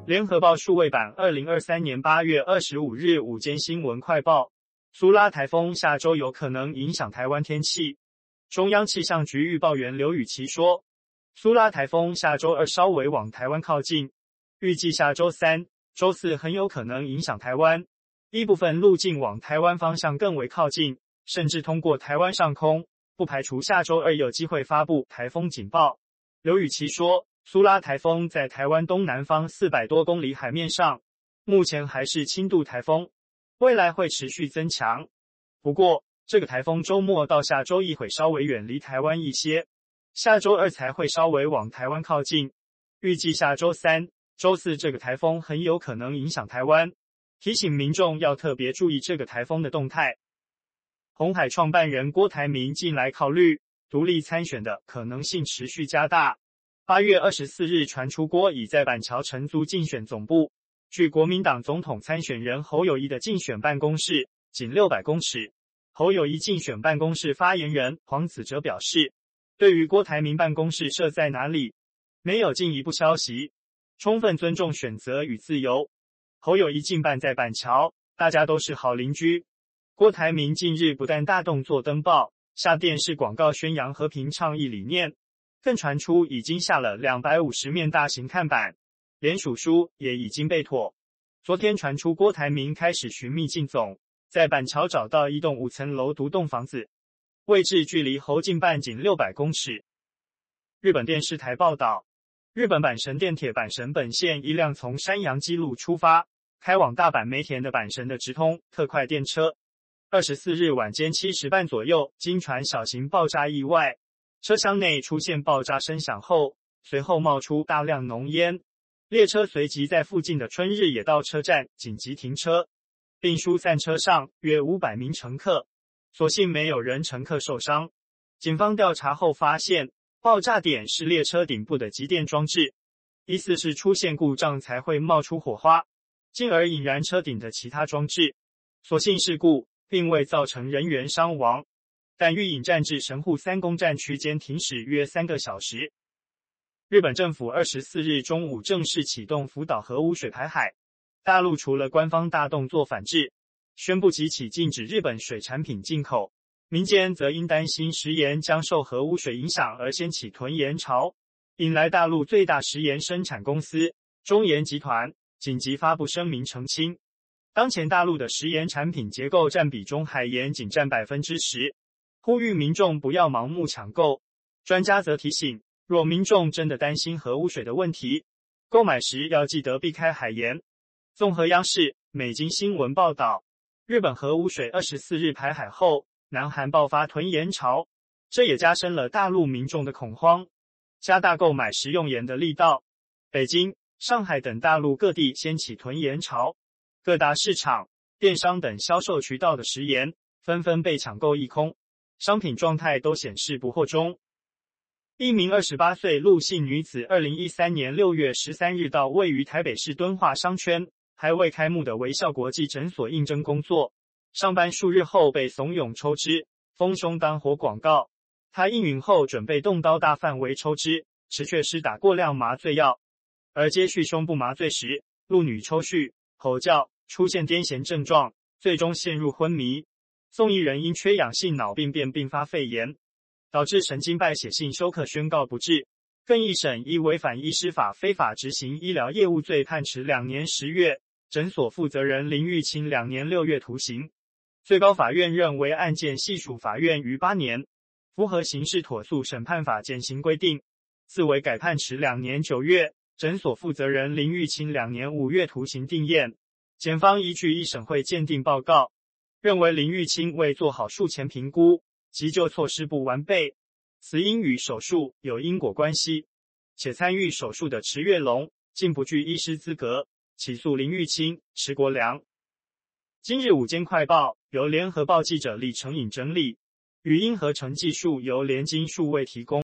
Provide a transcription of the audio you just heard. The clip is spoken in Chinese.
联合报数位版2023年8月25日午间新闻快报：苏拉台风下周有可能影响台湾天气。中央气象局预报员刘宇琦说，苏拉台风下周二稍微往台湾靠近，预计下周三、周四很有可能影响台湾，一部分路径往台湾方向更为靠近，甚至通过台湾上空，不排除下周二有机会发布台风警报。刘宇琦说，苏拉台风在台湾东南方400多公里海面上，目前还是轻度台风，未来会持续增强。不过，这个台风周末到下周一会稍微远离台湾一些，下周二才会稍微往台湾靠近。预计下周三、周四这个台风很有可能影响台湾，提醒民众要特别注意这个台风的动态。鸿海创办人郭台铭近来考虑独立参选的可能性持续加大。8月24日传出郭已在板桥承租竞选总部，据国民党总统参选人侯友宜的竞选办公室，仅600公尺。侯友宜竞选办公室发言人黄子哲表示，对于郭台铭办公室设在哪里，没有进一步消息，充分尊重选择与自由。侯友宜竞办在板桥，大家都是好邻居。郭台铭近日不但大动作登报，下电视广告宣扬和平倡议理念，更传出已经下了250面大型看板，联署书也已经备妥。昨天传出郭台铭开始寻觅竞总，在板桥找到一栋5层楼独栋房子，位置距离侯竞办仅600公尺。日本电视台报道，日本阪神电铁阪神本线一辆从山阳基路出发，开往大阪梅田的阪神的直通特快电车，24日晚间7时半左右经传小型爆炸意外，车厢内出现爆炸声响后，随后冒出大量浓烟，列车随即在附近的春日野道车站紧急停车，并疏散车上约500名乘客，所幸没有人乘客受伤。警方调查后发现，爆炸点是列车顶部的集电装置，疑似是出现故障才会冒出火花，进而引燃车顶的其他装置。所幸事故并未造成人员伤亡，但预引站至神户3公站区间停驶约3个小时。日本政府24日中午正式启动福岛核污水排海，大陆除了官方大动作反制，宣布即起禁止日本水产品进口，民间则因担心食盐将受核污水影响而掀起囤盐潮，引来大陆最大食盐生产公司中盐集团紧急发布声明澄清，当前大陆的食盐产品结构占比中海盐仅占 10%， 呼吁民众不要盲目抢购。专家则提醒，若民众真的担心核污水的问题，购买时要记得避开海盐。综合央视、美经新闻报道，日本核污水24日排海后，南韩爆发囤盐潮，这也加深了大陆民众的恐慌，加大购买食用盐的力道。北京、上海等大陆各地掀起囤盐潮，各大市场、电商等销售渠道的食盐纷纷被抢购一空，商品状态都显示不货中。一名28岁陆姓女子2013年6月13日到位于台北市敦化商圈还未开幕的微笑国际诊所应征工作，上班数日后被怂恿抽脂、丰胸当活广告，她应允后准备动刀大范围抽脂，持却施打过量麻醉药，而接续胸部麻醉时，陆女抽搐、吼叫，出现癫痫症状，最终陷入昏迷。送医人因缺氧性脑病变并发肺炎，导致神经败血性休克宣告不治，更一审依违反医师法非法执行医疗业务罪判处2年10月，诊所负责人林玉清2年6月徒刑。最高法院认为案件系属法院逾8年，符合刑事妥速审判法减刑规定，自为改判处2年9月，诊所负责人林玉清2年5月徒刑定验。检方依据一审会鉴定报告，认为林玉清未做好术前评估，急救措施不完备，此因与手术有因果关系，且参与手术的池月龙竟不具医师资格，起诉林玉清、池国良。今日午间快报由联合报记者李成颖整理，语音合成技术由联经数位提供。